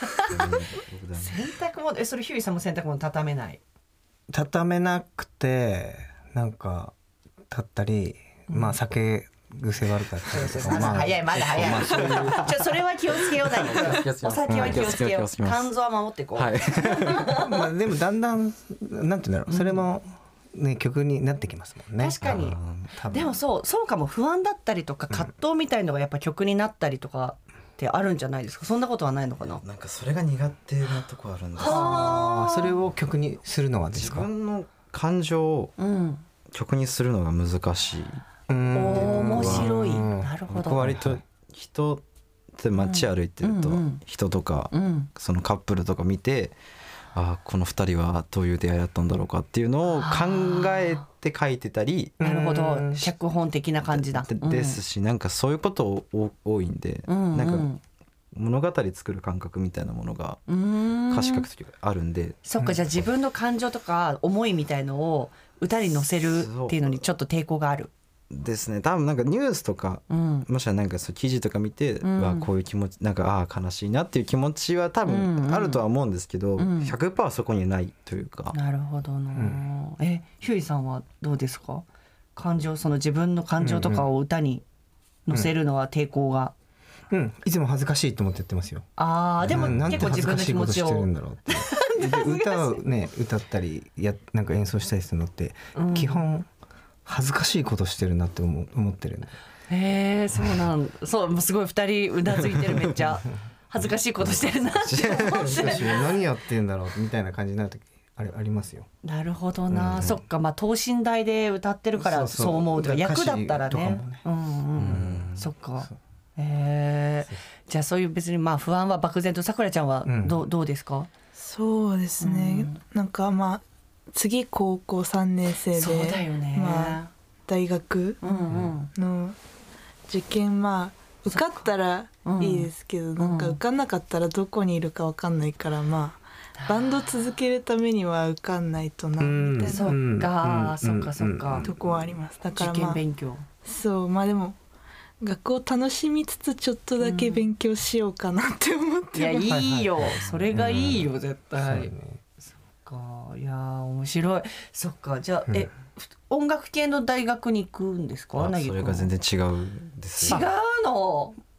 洗濯物それヒューイさんも洗濯物畳めない？ 畳めなくてなんか立ったり酒癖悪かったりとか。 早いまだ早い。それは気をつけようだよ。お酒は気をつけよう。肝臓は守っていこう。 でもだんだんなんていうんだろう。それもね曲になってきますもんね。 確かに。でもそうかも。不安だったりとか葛藤みたいのがやっぱ曲になったりとかってあるんじゃないですか。そんなことはないのかな。 なんかそれが苦手なとこあるんです。 それを曲にするのはですか。 自分の感情を曲にするのが難しい。 面白い。なるほど。 僕割と人って街歩いてると人とかそのカップルとか見て。この2人はどういう出会いだったんだろうかっていうのを考えて書いてたり。 なるほど。脚本的な感じだ。 ですしなんかそういうこと多いんで、なんか物語作る感覚みたいなものが歌詞書くときあるんで。 そっか。じゃあ自分の感情とか思いみたいのを歌に乗せるっていうのにちょっと抵抗がある。 ですね。多分なんかニュースとか、もしくはなんかそう記事とか見て、こういう気持ちなんか悲しいなっていう気持ちは多分あるとは思うんですけど、100% そこにないというか。 なるほどな。ヒューイさんはどうですか？感情その自分の感情とかを歌に乗せるのは抵抗が。 いつも恥ずかしいと思ってやってますよ。 でも結構自分の気持ちを。 歌をね歌ったりなんか演奏したりするのって基本。恥ずかしいことしてるなって思ってるんで。 そうすごい2人うなずいてる。めっちゃ恥ずかしいことしてるなって思ってる。 何やってんだろうみたいな感じになる時ありますよ。 なるほどな。そっか。等身大で歌ってるからそう思うとか役だったらね。そっか。じゃあそういう別に不安は漠然と。さくらちゃんはどうですか？ そうですね。なんか次高校3年生で。 そうだよね。 大学の受験受かったらいいですけど、なんか受かんなかったらどこにいるか分かんないから、バンド続けるためには受かんないとなみたいな。 そっかとこはあります。だから受験勉強。 そうでも学校を楽しみつつちょっとだけ勉強しようかなって思ってます。 いやいいよ。それがいいよ絶対。いや面白い。そっか。じゃあ音楽系の大学に行くんですか？ それが全然違うです。 違うの？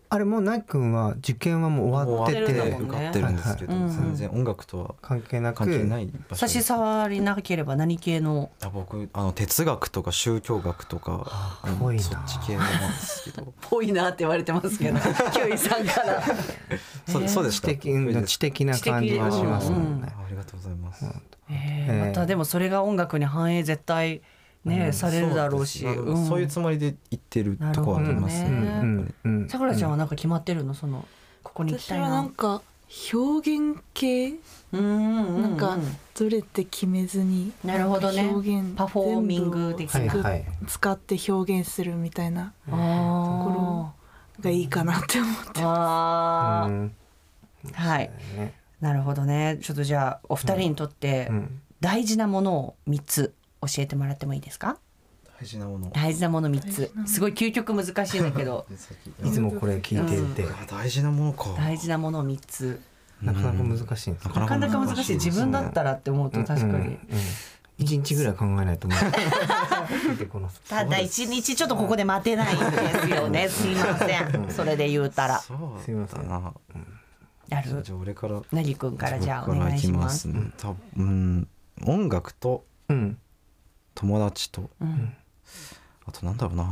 あれもうなぎくんは受験はもう終わってて受かってるんですけど、全然音楽とは関係ない場所。 差し障りなければ何系の？ 僕哲学とか宗教学とかそっち系なんですけど。 ぽいなって言われてますけど、キュウイさんから。 そうでした。 知的な感じがしますもんね。 ありがとうございます。 またでもそれが音楽に反映絶対ね、されるだろうし、 そういうつもりで言ってるとこはありますね。 さくらちゃんはなんか決まってるの、そのここに行きたいな。 私はなんか表現系、なんかどれって決めずに、 なるほどね、 表現パフォーミング的な使って表現するみたいなところがいいかなって思ってます。 はい、なるほどね。ちょっとじゃあお二人にとって大事なものを3つ教えてもらってもいいですか？ 大事なもの 3つ。すごい究極難しいんだけどいつもこれ聞いてて、 大事なものか。 大事なものを3つ。 なかなか難しいんです。 なかなか難しい。自分だったらって思うと確かに 1日ぐらい考えないと思う。 ただ1日ちょっとここで待てないんですよね。すいません。それで言うたら。 すいません。 やる。 じゃあ俺から。 なぎくんからじゃあお願いします。 音楽と友達と、あとなんだろうな、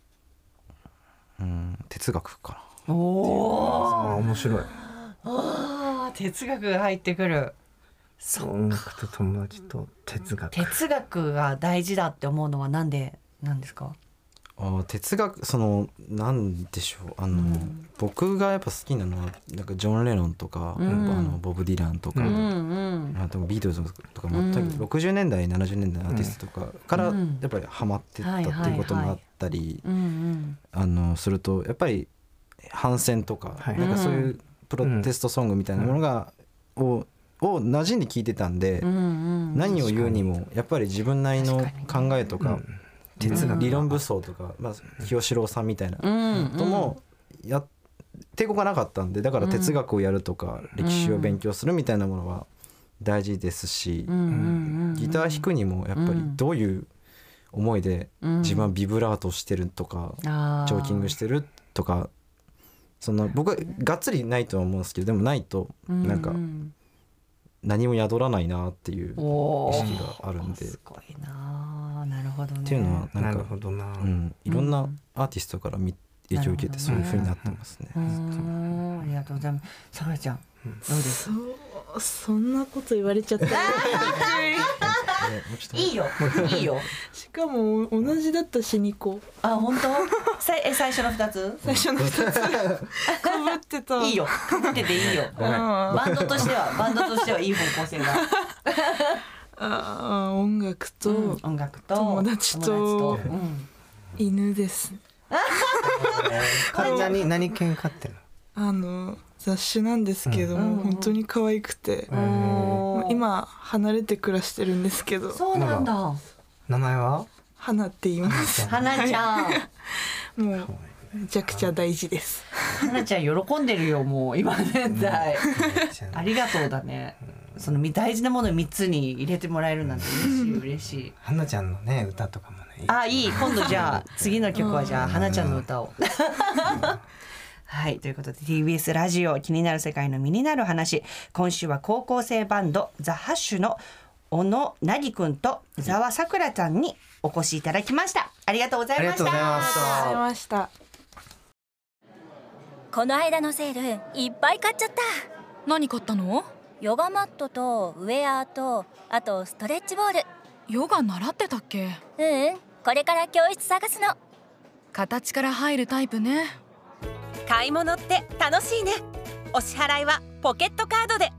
哲学かな。おお、 面白い。 哲学が入ってくる。 音楽と友達と哲学。 哲学が大事だって思うのはなんでなんですか？ 哲学、なんでしょう、僕がやっぱ好きなのはなんかジョン・レノンとか、ボブ・ディランとか、あとビートルズとか全く60年代70年代のアーティストとかからやっぱりハマってったっていうこともあったりすると、やっぱり反戦とかなんかそういうプロテストソングみたいなものがを馴染んで聴いてたんで、何を言うにもやっぱり自分なりの考えとか理論武装とか、清志郎さんみたいなとも抵抗がなかったんで、だから哲学をやるとか歴史を勉強するみたいなものは大事ですし、ギター弾くにもやっぱりどういう思いで自分はビブラートしてるとかチョーキングしてるとか、僕はがっつりないとは思うんですけど、でもないとなんか何も宿らないなっていう意識があるんで。 すごいな、なるほどね。 っていうのはなんかいろんなアーティストから影響を受けてそういう風になってますね。 ありがとうございます。さくらちゃんどうですか？ そんなこと言われちゃった。 いいよいいよ。 しかも同じだったし2個。 あ、本当？最初の2つ？ 最初の2つかぶってた。 いいよ、かぶってていいよ。バンドとしてはいい方向性が。 音楽と友達と犬です。 何犬飼ってるの？雑種なんですけども、本当に可愛くて、今離れて暮らしてるんですけど。 そうなんだ。 名前は？ 花って言います。 花ちゃん。 もうめちゃくちゃ大事です。 花ちゃん喜んでるよ、もう今現在。ありがとうだね。その大事なものを3つに入れてもらえるなんて嬉しい。 花ちゃんのね歌とかもね。 いい。今度じゃあ次の曲はじゃあ花ちゃんの歌を。はい、ということで TBS ラジオ気になる世界の身になる話、今週は高校生バンドザ・ハッシュの小野凪くんとざわさくらちゃんにお越しいただきました。ありがとうございました。 ありがとうございました。 この間のセールいっぱい買っちゃった。 何買ったの？ ヨガマットとウェアとあとストレッチボール。 ヨガ習ってたっけ？ これから教室探すの。 形から入るタイプね。 買い物って楽しいね。お支払いはポケットカードで。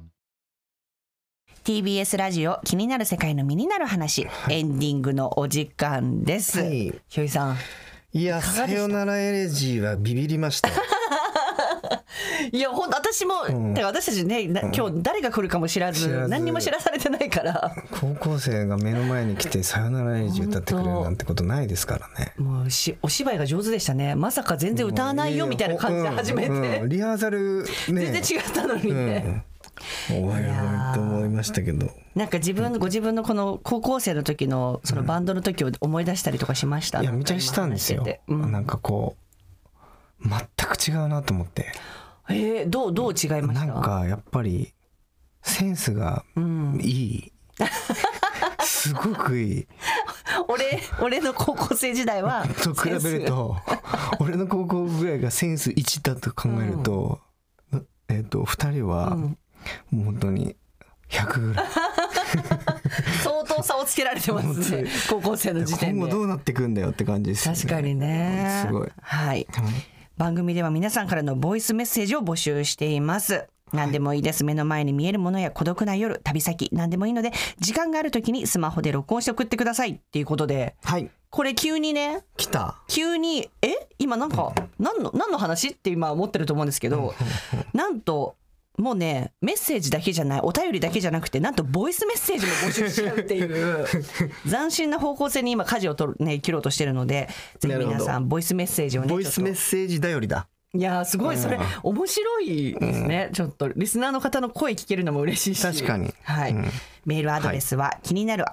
TBS ラジオ気になる世界の身になる話、エンディングのお時間です。ひょいさん、 いや、さよならエレジーはビビりました。 いや、ほんと私も、だから私たちね、今日誰が来るかも知らず何にも知らされてないから、 高校生が目の前に来てさよならエレジー歌ってくれるなんてことないですからね。 もうお芝居が上手でしたね。まさか全然歌わないよみたいな感じで始めて、 リハーサルね全然違ったのにね、 おはようと思いましたけど、 なんかご自分のこの高校生の時のそのバンドの時を思い出したりとかしました？ いや、めちゃしたんですよ。なんかこう全く違うなと思って。 どう違いました？ なんかやっぱりセンスがいい、すごくいい。 俺の高校生時代はと比べると俺の高校ぐらいがセンス1だと考えると、2人はもう本当に100ぐらい相当差をつけられてますね高校生の時点で。 今後どうなってくんだよって感じですね。 確かにね。 すごい。 はい、番組では皆さんからのボイスメッセージを募集しています。何でもいいです。目の前に見えるものや孤独な夜、旅先、何でもいいので時間があるときにスマホで録音して送ってくださいっていうことで、 はい、 これ急にね来た。 急に今なんか何の話って今思ってると思うんですけど、なんともうねメッセージだけじゃない、お便りだけじゃなくて、なんとボイスメッセージも募集しちゃうっていう斬新な方向性に今舵を切ろうとしてるので、ぜひ皆さんボイスメッセージをね、 ボイスメッセージ頼りだ。 いやすごい、それ面白いですね。ちょっとリスナーの方の声聞けるのも嬉しいし。 確かに。 はい、メールアドレスは、気になる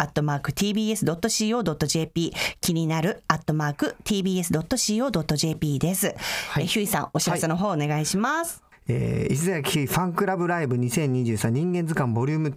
@tbs.co.jp、 気になる@tbs.co.jp です。ヒュイさん、お知らせの方お願いします。 石崎ファンクラブライブ2023人間図鑑ボリューム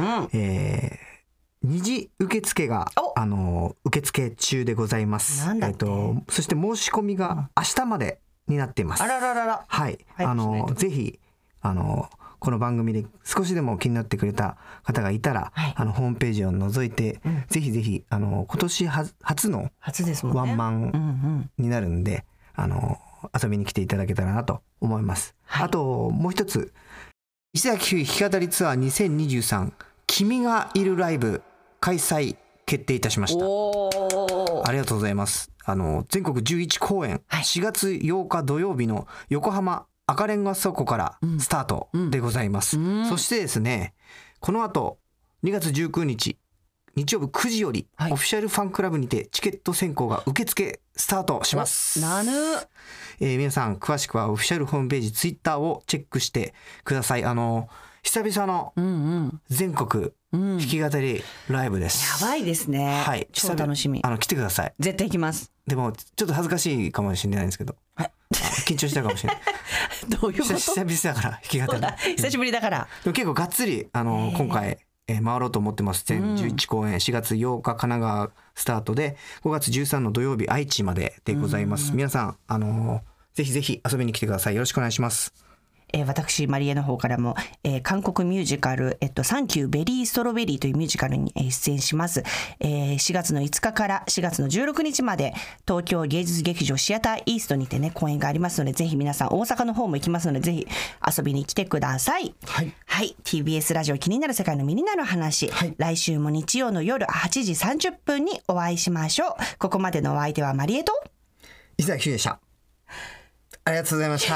2、二次受付が受付中でございます。そして申し込みが明日までになっています。 あらららら。 はい。ぜひこの番組で少しでも気になってくれた方がいたら、ホームページを覗いて、ぜひぜひ今年初のワンマンになるんで、遊びに来ていただけたらなと思います。あともう一つ、石崎ひゅうい弾き語りツアー2023君がいるライブ開催決定いたしました。ありがとうございます。全国11公演、4月8日土曜日の横浜赤レンガ倉庫からスタートでございます。そしてですね、この後2月19日日曜日9時より、オフィシャルファンクラブにてチケット選考が受付スタートします。皆さん詳しくはオフィシャルホームページツイッターをチェックしてください。久々の全国弾き語りライブです。 やばいですね。 はい、 超楽しみ。 来てください。 絶対行きます。 でもちょっと恥ずかしいかもしれないんですけど、緊張したかもしれない。 どういうこと？ 久々だから弾き語り。 久しぶりだから。 でも結構がっつり今回回ろうと思ってます。全11公演、4月8日神奈川スタートで5月13の土曜日愛知まででございます。皆さんぜひぜひ遊びに来てください。よろしくお願いします。 私マリエの方からも、韓国ミュージカル、サンキューベリーストロベリーというミュージカルに出演します。4月の5日から4月の16日まで東京芸術劇場シアターイーストにてね公演がありますので、ぜひ皆さん大阪の方も行きますので、ぜひ遊びに来てください。はい、TBS ラジオ気になる世界の身になる話、来週も日曜の夜8時30分にお会いしましょう。ここまでのお相手はマリエと石崎ひゅうでした。ありがとうございました。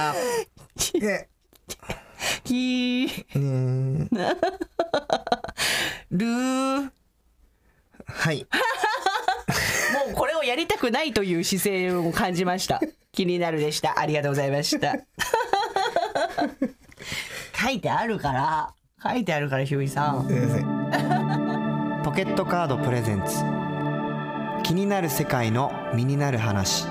はい。 もうこれをやりたくないという姿勢を感じました。気になるでした。ありがとうございました。書いてあるからヒューイさん。 ポケットカードプレゼンツ。気になる世界の身になる話。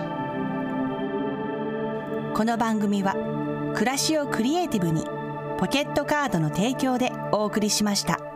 この番組は暮らしをクリエイティブにポケットカードの提供でお送りしました。